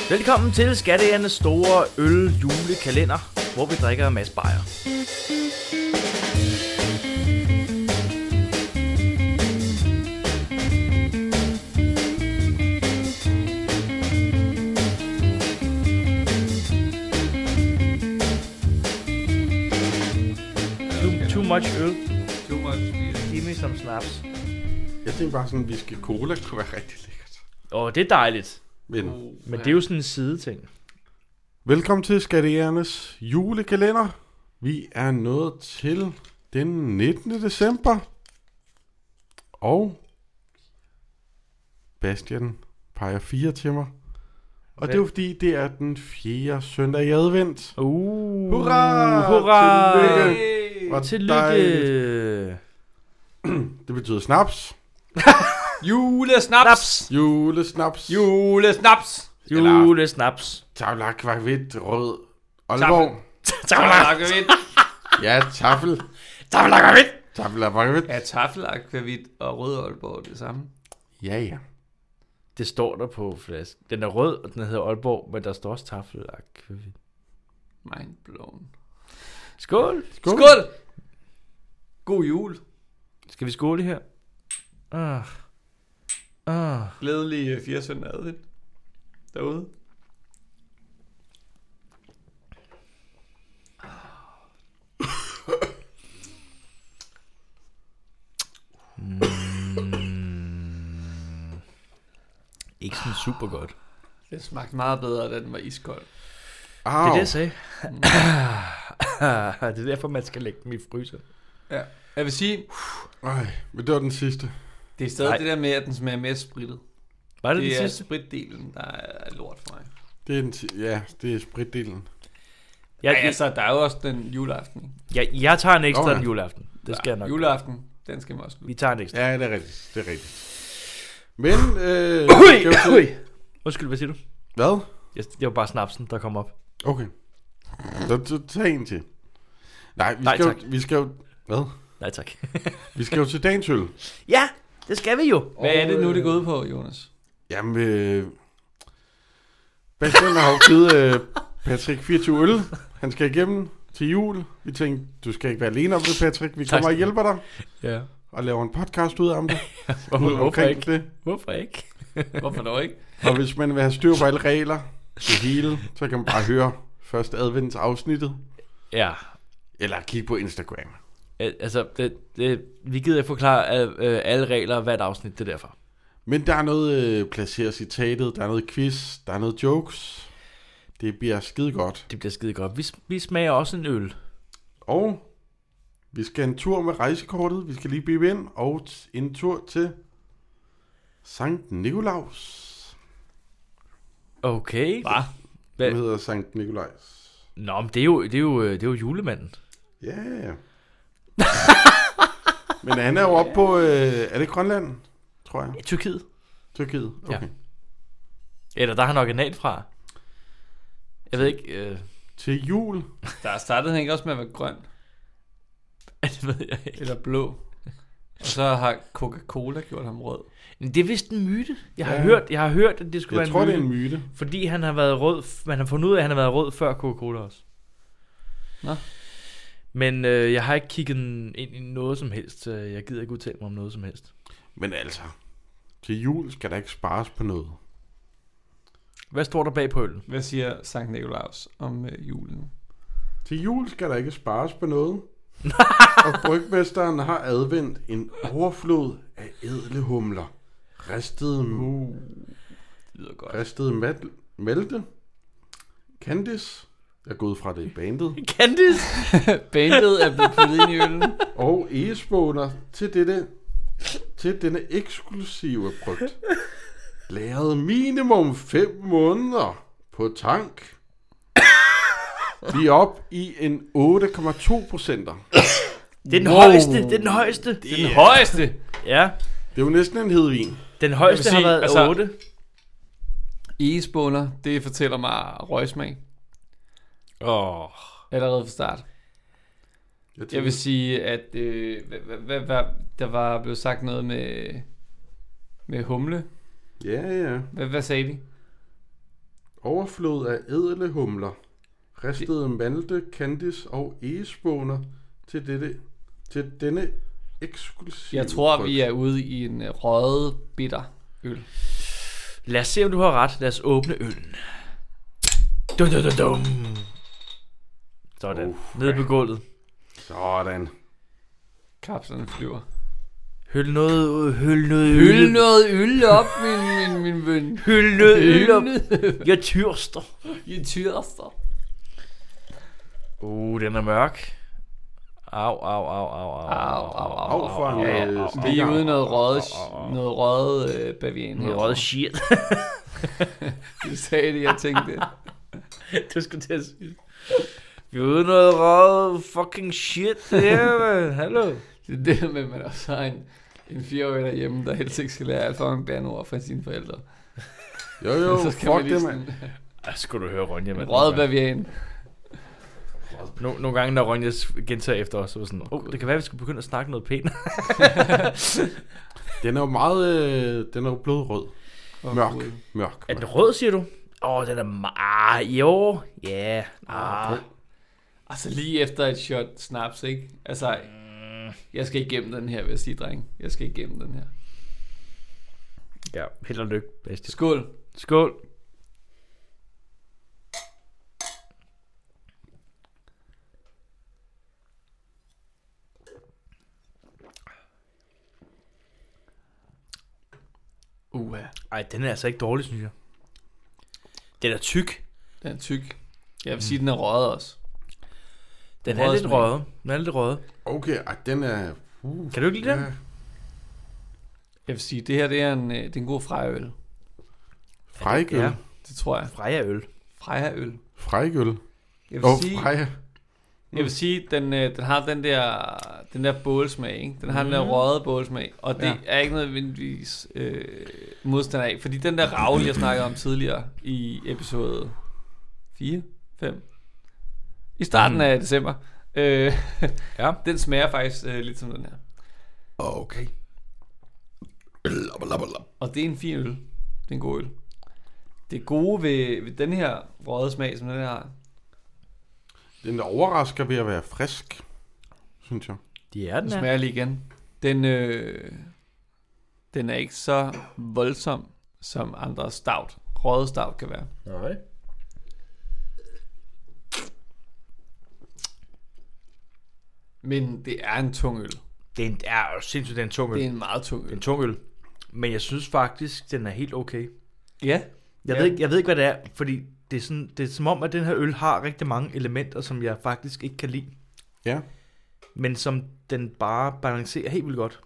Velkommen til Skattejernes store øl-julekalender, hvor vi drikker en masse bajer. Too much øl. Too much beer. Giv me some snaps. Jeg tænker bare sådan, at whisky cola kunne være rigtig lækkert. Det er dejligt. Men Det er jo sådan en sideting. velkommen til Skattejernes julekalender. Vi er nået til den 19. december. Og Bastian peger 4 til mig. Og det er jo fordi, det er den 4. søndag i advent. Hurra! Hurra! Tillykke! Hvor Tillykke! dejligt. Det betyder snaps. Julesnaps! Julesnaps. Julesnaps! Julesnaps. Tavlak var hvidt, rød. Aalborg. Taffelakvavit. Ja, taffel. Tavlakavit. Taffelakvavit. Er taffelakvavit og rød Aalborg det samme? Ja. Det står der på flasken. Den er rød, og den hedder Aalborg, men der står også taffelakavit. Mind blown. Skål! Skål! God jul. Skal vi skåle her? Glædelig 4. søndag advent derude. Ikke sådan super godt. Det smagte meget bedre, da den var iskold. Det er det, jeg sagde. Det er derfor, man skal lægge dem i fryser. Ja. Jeg vil sige, Men det var den sidste. det er stadig Nej. det der med, at den smager mere sprittet. Var det Det det er sidste? spritdelen, der er lort for mig. Det er det er spritdelen. Altså, der er jo også den juleaften. Jeg tager en ekstra Okay. juleaften. Det skal jeg nok. Juleaften, den skal man også Vi tager en ekstra. Ja, det er rigtigt. Det er rigtigt. Men, skal vi til- Ui. Undskyld, hvad siger du? Hvad? Det var bare snapsen, der kom op. Okay. Så tag en til. Nej, Nej, tak. vi skal jo... Hvad? Nej, tak. Vi skal jo til dagens øl. Ja, det skal vi jo. Hvad er det nu, det er gået på, Jonas? Jamen, Bastian har jo givet Patrick 24 øl. Han skal igennem til jul. Vi tænkte, du skal ikke være alene om det, Patrick. Vi Tak kommer og skal hjælper dig Ja. og laver en podcast ud om det. Hvorfor Omkring ikke? det. Hvorfor ikke? Hvorfor dog ikke? Og hvis man vil have styr på alle regler, det hele, så kan man bare høre første advents afsnittet. Ja. Eller kigge på Instagram. Altså, vi gider ikke forklare alle regler og hvert afsnit, det er derfor. Men der er noget placere citatet, der er noget quiz, der er noget jokes. Det bliver skide godt. Det bliver skide godt. Vi smager også en øl. Og vi skal en tur med rejsekortet. Vi skal lige blive ind. Og en tur til Sankt Nikolaus. Okay. Hvad hedder Sankt Nikolajs? Nå, men det er jo julemanden. Ja. Men han er jo oppe på, er det Grønland, tror jeg? I Tyrkiet. Tyrkiet, okay. Ja. Eller der er han originalt fra. Jeg ved ikke. Til jul. Der startede han ikke også med at være grøn Det ved jeg ikke. eller blå. Og så har Coca-Cola gjort ham rød. Men det er vist en myte. Jeg har Ja. hørt, at det skulle Jeg være tror, en det er myte. en myte. Fordi han har været rød. Man har fundet ud af, at han har været rød før Coca-Cola også. Nå. Men jeg har ikke kigget ind i noget som helst. Jeg gider ikke udtale mig om noget som helst. Men altså, til jul skal der ikke spares på noget. Hvad står der bag på øllen? Hvad siger Sankt Nikolaus om julen? Til jul skal der ikke spares på noget. Og brygmesteren har advendt en overflod af ædle humler. Ristede Det lyder godt. Malte. Candice. Jeg går ud fra det i bandet. Candice! Bandet er blevet puttet ind i øllen. Og egespåner til denne eksklusive brygt. Lagret minimum 5 måneder på tank. Vi er op i en 8,2%. Det er den højeste. Det er den højeste. Den højeste. Ja. Det er jo næsten en hedvin. Den højeste Jeg vil sige, har været altså, 8. Egespåner, det fortæller mig røgsmag. Allerede fra start. Jeg vil sige, at der var blevet sagt noget med humle. Ja. Hvad sagde de? overflod af ædle humler, ristede malte, kandis og egespåner til denne eksklusive Jeg tror, bryg. vi er ude i en røget bitter øl. Lad os se, om du har ret. Lad os åbne øllen. Dum, dum, dum, dum. Sådan. Nede på gulvet. Sådan. Kapslerne flyver. Hyld noget Hyld noget øl op, min ven. Hyld noget øl op. Jeg tyrster. I tyrster. Den er mørk. Au. Au for en Vi er ude i noget røget bavian her. Noget røget shit. Du sagde det, jeg tænkte. Du skulle til at sige. Vi er ude i noget røget fucking shit. Det her, man. Hallo. Det er det med, at man også har en 4-årig derhjemme, der helst ikke skal lære alt for mange bandeord fra sine forældre. Jo, Så skal fuck det, mand. Skulle du høre Ronja, mand. Røget bavian. Nogle gange, når Ronja gentager efter os, så var sådan, det kan være, at vi skulle begynde at snakke noget pænt. Den er jo meget, den er jo blodrød. Mørk. Er den rød, siger du? Den er jo. Ja. Altså lige efter et shot snaps, ikke? Altså, jeg skal igennem den her, vil jeg sige, dreng. Jeg skal igennem den her. Ja, held og lykke, Bastian. Skål. Skål. Ej, den er altså ikke dårlig, synes jeg. Den er tyk. Den er tyk. Jeg vil sige, den er røget også. Den er lidt røget. Den er lidt røget. Okay, den er... Kan du ikke lide den? Jeg vil sige, det her det er en god Freja-øl. Freja-øl? Ja, det tror jeg. Freja-øl. Freja-øl. Freja-øl. Jeg vil sige... Freja. Jeg vil sige, den har den der bålsmag, ikke? Den har den der røde bålsmag, og det er ikke nødvendigvis modstand af, fordi den der ravl, jeg snakkede om tidligere i episode 4, 5, i starten af december, den smager faktisk lidt som den her. Okay. Og det er en fin øl. Det er en god øl. Det gode ved den her røde smag, som den her har, den overrasker ved at være frisk, synes jeg. Det er den her. Smager lige igen. Den er ikke så voldsom, som andre stout. Røde stout kan være. Nej. Men det er en tung øl. Det er sindssygt, det er en tung øl. Det er en meget tung øl. Det er en tung øl. Men jeg synes faktisk, den er helt okay. Ja. Jeg ved ikke, hvad det er, fordi det er som om, at den her øl har rigtig mange elementer, som jeg faktisk ikke kan lide. Ja. Men som den bare balancerer helt vildt godt.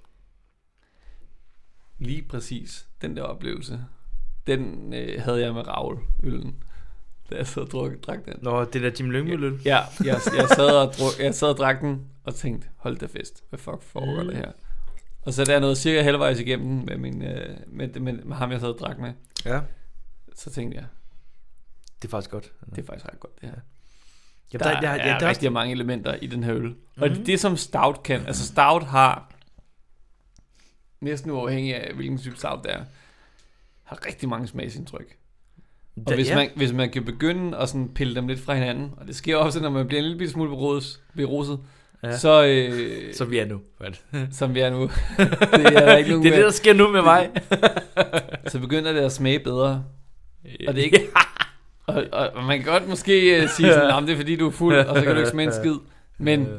Lige præcis. Den der oplevelse, den havde jeg med Ravl-øllen, da jeg sad og drak den. Nå, det der Jim Lyngvild-øl. Ja, jeg sad og drak den og tænkte, hold da fest, hvad fuck foregår det her? Og så da jeg nåede cirka halvvejs igennem med ham, jeg sad og drak med, Ja. så tænkte jeg, Det er faktisk godt. det er faktisk ret godt det her. Ja, Der er rigtig mange elementer i den her øl. Og det som stout kan, altså stout har, næsten uafhængig af hvilken type stout det er, har rigtig mange smagsindtryk. Og hvis man kan begynde at sådan pille dem lidt fra hinanden, og det sker også, når man bliver en lille smule beruset, så vi er nu. Som vi er nu. Det er der ikke nogen det er det, der sker nu med mig. Så begynder det at smage bedre. Og det er ikke... og man kan godt måske sige sådan, det er fordi du er fuld, og så kan du ikke smage en skid. Men...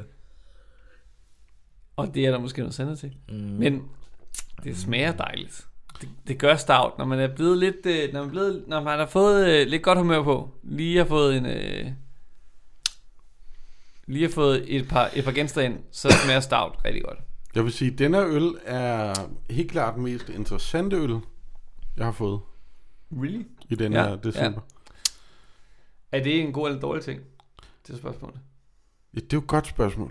Og det er der måske noget sandt til. Men det smager dejligt. Det gør stout, når man er blevet lidt... når man har fået lidt godt humør på. Lige har fået et par genstande ind, så smager stout rigtig godt. Jeg vil sige, at denne øl er helt klart den mest interessante øl, jeg har fået. Really? I den her december. Ja. Er det en god eller dårlig ting? Det er spørgsmålet. Ja, det er jo et godt spørgsmål.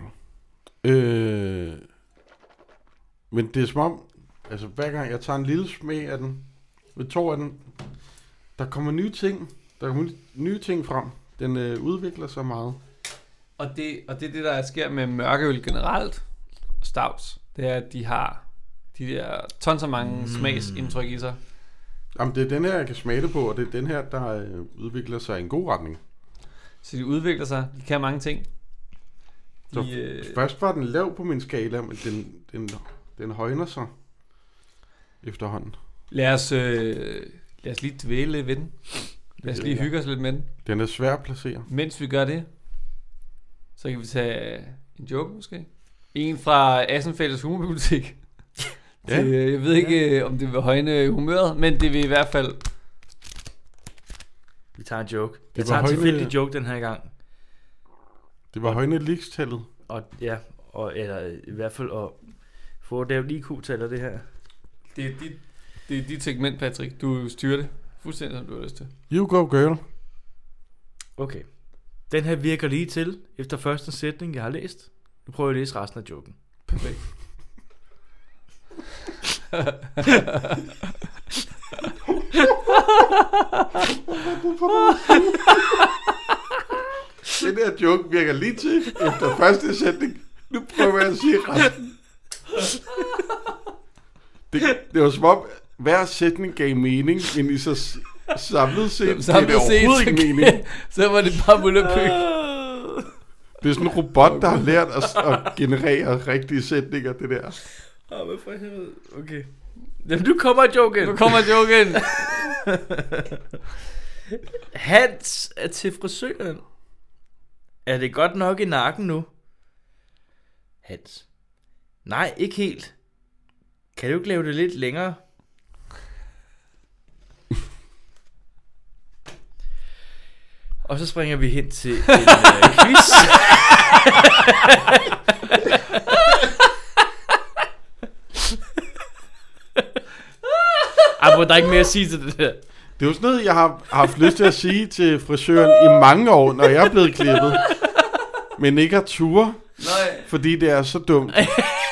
Men det er som om, altså hver gang jeg tager en lille smag af den, ved to af den, der kommer nye ting. Der kommer nye ting frem. Den udvikler sig meget. Og det er det, der sker med mørkeøl generelt, stouts, det er, at de har de der tons af mange smagsindtryk i sig. Jamen, det er den her, jeg kan smage det på, og det er den her, der udvikler sig i en god retning. Så de udvikler sig. De kan mange ting. Så først var den lav på min skala, men den højner sig efterhånden. Lad os lige dvæle lidt ved den. Lad os lige hygge os lidt med den. Den er svær at placere. Mens vi gør det, så kan vi tage en joke måske. En fra Assenfeldts Humorbibliotek. Ja. Jeg ved ikke, om det vil højne humøret, men det vil i hvert fald... Vi tager en joke. Jeg tager en tilfældig joke den her gang. Det var højne ligestallet. Og ja, eller i hvert fald at få det lige IQ-taler det her. Det er dit segment, Patrick. Du styrer det fuldstændig, som du har lyst til. You go, girl. Okay. Den her virker lige til, efter første sætning, jeg har læst. Nu prøver jeg at læse resten af joken. Perfekt. Den her joke virker lige til, efter første sætning. Nu prøver jeg at sige resten. Det var som om, hver sætning gav mening, men i så samlet set, det er overhovedet ikke mening. Så var det bare bullerpyg. Det er sådan en robot, der har lært at generere rigtige sætninger, det der. Hvad for helvede. Okay. Jamen, nu kommer joken. Hans er til frisøren. Er det godt nok i nakken nu? Hans. Nej, ikke helt. Kan du ikke lave det lidt længere? Og så springer vi hen til en quiz. Der er ikke mere at sige til det der. Det er jo sådan noget, jeg har haft lyst til at sige til frisøren i mange år, når jeg er blevet klippet. Men ikke har ture, fordi det er så dumt. Det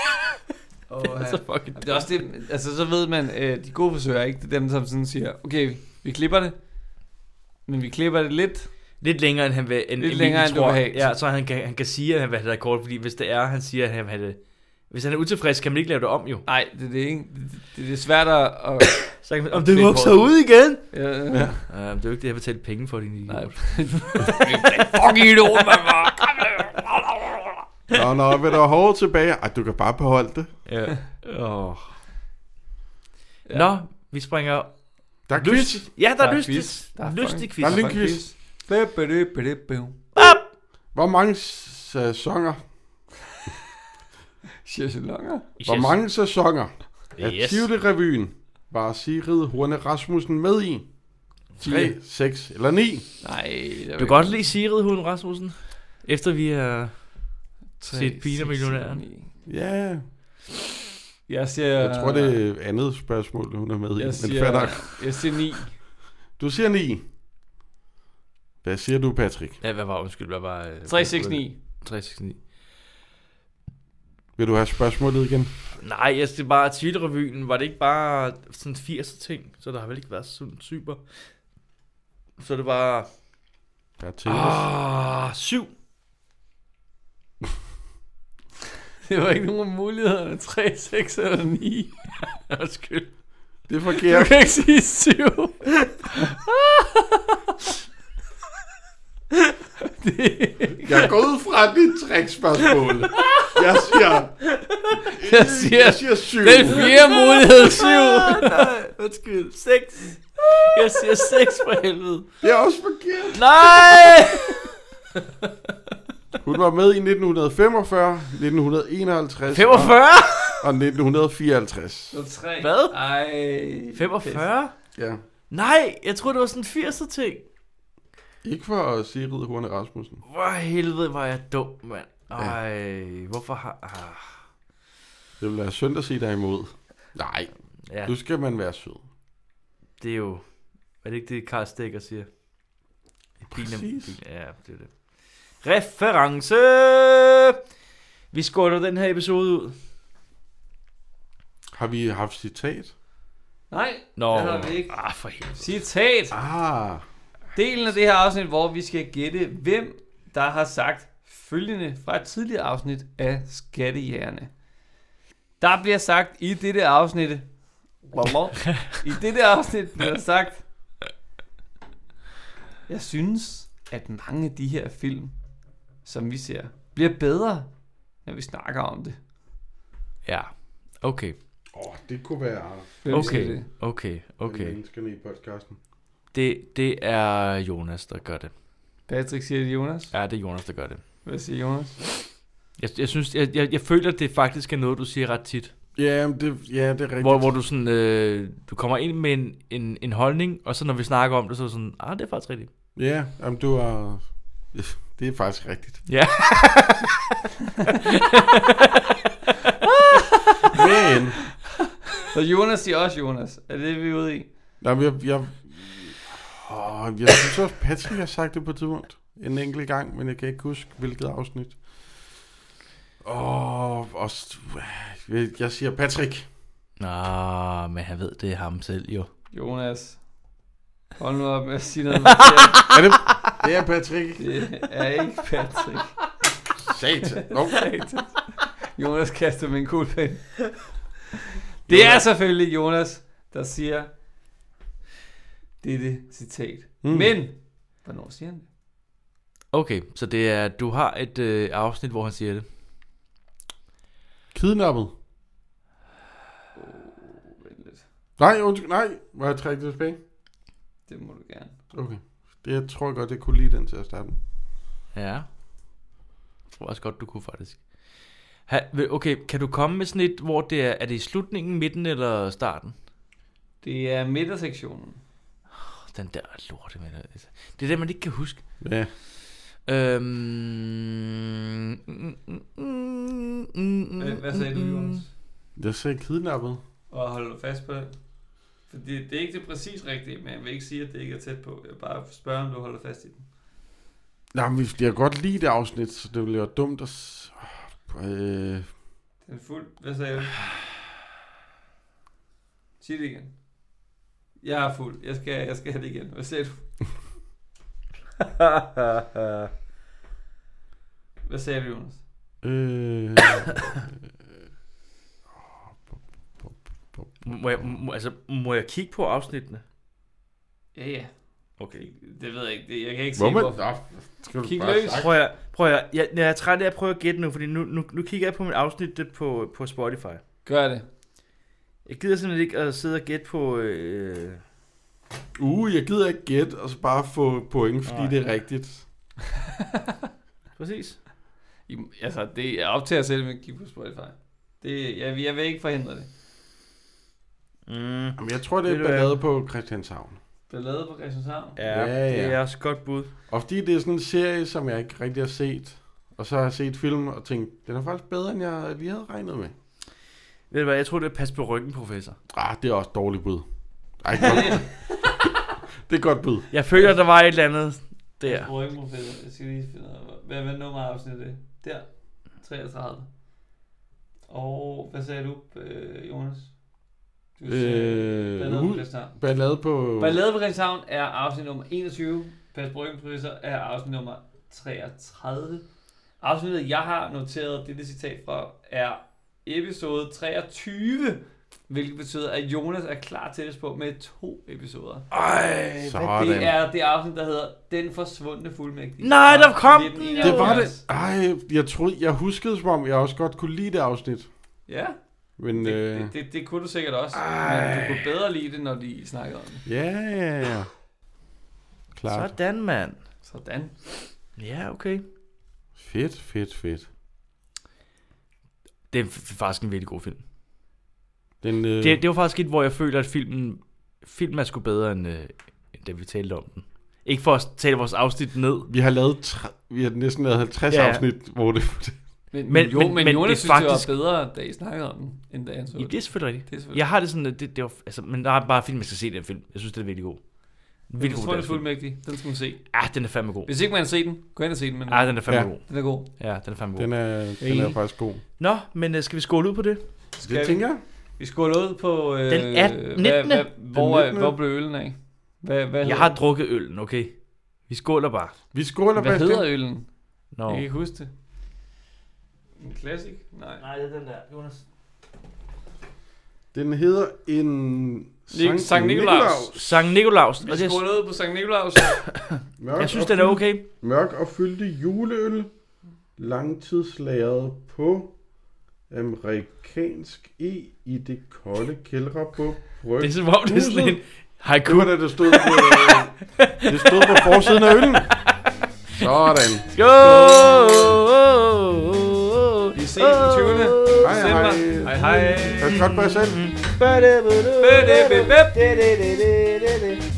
er også det, altså så ved man, de gode frisører, ikke? Det er dem, som sådan siger, okay, vi klipper det, men vi klipper det lidt længere, end han vil, end du vil have. Ja, så han kan sige, at han vil have det kort, fordi hvis det er, han siger, at han vil have det. Hvis han er utilfreds, kan man ikke lave det om, jo. Nej, det er ikke. Det er svært at... Så kan man, om det vokser ud igen. Ja. Det er jo ikke det, jeg betaler penge for, din idiot. Nej. Fucking idiot, man. Nå, vil du have hårdt tilbage? Ej, du kan bare beholde det. Ja. Nå, vi springer... Der er quiz. Ja, der er lystig quiz. Der er en quiz. Hvor mange sæsoner? Hvor mange sæsoner af Tivoli-revyen var Sigrid Horne Rasmussen med i? 3, 6 eller 9? Nej. Du kan godt lide Sigrid Horne Rasmussen, efter vi har set Piner Millionæren. Ja. Jeg tror, det er andet spørgsmål, hun er med i. Jeg siger 9. Du siger 9. Hvad siger du, Patrick? Ja, hvad var 3, 6, 9. 3, 6, 9. Vil du have spørgsmålet igen? Nej, jeg siger bare, at Tivoli-revyen, var det ikke bare sådan 80'er ting? Så der har vel ikke været sådan super. Så det var... Der er 7. Det var ikke nogen muligheder. 3, 6 eller 9. Undskyld. Det er forkert. Du kan ikke sige 7. Jeg er gået ud fra dit trickspørgsmål. Jeg siger 7. Den fjerde mulighed 7. Nej, undskyld. 6. Jeg siger 6 for helvede. Det er også forkert. Nej! Hun var med i 1945, 1951 45? og 1954. Hvad? Ej. 45? Ja. Nej, jeg troede, det var sådan 80'er ting. Ikke for Sigrid Horne Rasmussen. Hvor helvede var jeg dum, mand. Ej, hvorfor har... Det vil være synd at sige dig imod. Nej, Ja, nu skal man være sød. det er jo... Er det ikke det, Carl Stegger siger? Præcis. Ja, det er det. Reference! Vi skåler den her episode ud. Har vi haft citat? Nej, Nå, det har vi ikke. For helvede. Citat. Delen af det her afsnit, hvor vi skal gætte, hvem der har sagt følgende fra et tidligere afsnit af Skattejægerne. Der bliver sagt i dette afsnit, I det der afsnit bliver der sagt, jeg synes, at mange af de her film, som vi ser, bliver bedre, når vi snakker om det. Ja, okay. Det kunne være Okay. menneskerne i podcasten. Det er Jonas, der gør det. Patrick siger det, Jonas. Ja, det er Jonas, der gør det. Hvad siger Jonas? Jeg synes, jeg føler, at det faktisk er noget, du siger ret tit. Ja, det er rigtigt. Hvor du sådan, du kommer ind med en holdning, og så når vi snakker om det, så er det sådan, det er faktisk rigtigt. Ja, jamen, du er... Det er faktisk rigtigt. Ja. Men... Så Jonas siger også Jonas. Er det vi er ude i? Jamen, jeg synes også, Patrick har sagt det på et tidspunkt. En enkelt gang, men jeg kan ikke huske, hvilket afsnit. Jeg siger Patrick. Men han ved, det er ham selv, jo. Jonas. Hold nu op med at sige noget. Det er Patrick. Det er ikke Patrick. Satan. Jonas kaster med en kuglepen. Det er selvfølgelig Jonas, der siger dette citat. Men, hvornår siger han det? Okay, så det er, du har et afsnit, hvor han siger det. Kidnappet. Vent lidt. Nej. Må jeg trække det tilbage? Det må du gerne. Okay. Jeg tror godt, jeg kunne lide den til at starte. Ja. Jeg tror også godt, du kunne faktisk. Okay, kan du komme med sådan et, hvor det er det i slutningen, midten eller starten? Det er midtersektionen. Den der lorte med det. Det er det, man ikke kan huske. Ja. Hvad sagde du, Jonas? Jeg sagde kidnappet. Og holder du fast på det? Fordi det er ikke det præcis rigtige, men jeg vil ikke sige, at det ikke er tæt på. Jeg vil bare spørge, om du holder fast i den. Jamen, jeg kan godt lide det afsnit, så det ville være dumt at... Den er fuld. Hvad sagde du? Sig det igen. Jeg er fuld. Jeg skal have det igen. Hvad sagde du? Hvad sagde du, Jonas? Må jeg kigge på afsnittene? Ja. Okay. Det ved jeg ikke. Jeg kan ikke se, hvorfor. Kig løs. Prøv at jeg er træt af at prøve at gætte nu, fordi nu kigger jeg på mit afsnit på Spotify. Gør det. Jeg gider simpelthen ikke at sidde og gætte på... jeg gider ikke gætte, og så bare få point, fordi det er rigtigt. Præcis. Altså, det er op til at selv med at kigge på Spotify. Jeg vil ikke forhindre det. Jamen, jeg tror, det er ballade på Christianshavn. Ballade på Christianshavn? Ja, det er også godt bud. Og fordi det er sådan en serie, som jeg ikke rigtig har set, og så har jeg set film og tænkt, den er faktisk bedre, end jeg lige havde regnet med. Ved du hvad, jeg tror, det er Pas på ryggen, professor. Det er også dårligt bud. Ej, godt. Det er godt bud. Jeg føler, der var et eller andet der. Pas på ryggen, professor. Jeg skal lige finde ud af, hvad nummer af afsnit det? Der. 33. Og hvad sagde du, Jonas? Ballade på Christianshavn er afsnit nummer 21. Pas på ryggen, professor er afsnit nummer 33. Afsnittet, jeg har noteret dette citat fra, er episode 23, hvilket betyder, at Jonas er klar til at på med 2 episoder. Det er det afsnit, der hedder Den forsvundne fuldmægtige. Nej, der kom den! Det var det. Jeg huskede, som om jeg også godt kunne lide det afsnit. Ja. Men, det kunne du sikkert også. Men du kunne bedre lide det, når de snakkede om det. Ja. Klart. Sådan, mand. Sådan. Ja, okay. Fedt. Det er faktisk en virkelig god film. Det var faktisk et, hvor jeg føler, at filmen er sgu bedre, end da vi talte om den. Ikke for at tale vores afsnit ned. Vi har næsten lavet 50 afsnit, hvor det... Men Jonas synes, faktisk... det var bedre, da I snakkede om den, end da jeg så det. Det er selvfølgelig rigtigt. Jeg har det sådan, at det var, altså, men der er bare film, jeg skal se den film. Jeg synes, det er virkelig god. Jeg tror, det er fuldmægtig. Den skal man se. Den er fandme god. Hvis ikke man har set den, gå ind og se den. Men... den er fandme god. Den er god. Ja, den er fandme god. Den er faktisk god. Nå, men skal vi skåle ud på det? Det tænker jeg. Vi skåler ud på... den 19. Hvor blev øllen af? Jeg har drukket øllen, okay? Vi skåler bare. Hvad hedder øllen? No. Jeg kan ikke huske det. En classic? Nej, det er den der, Jonas. Den hedder en... Sankt Nikolaus. Sankt Nikolaus. Vi skruer ned på Sankt Nikolaus. Jeg synes, den er okay. Mørk og fyldte juleøl. Langtidslagret på amerikansk i det kolde kælderabub. Det er som om, det er sådan en haiku. Det var da det stod på, det stod på forsiden af øllen. Sådan. Vi ses den 20. Hej. Hej. Pas godt på jer selv.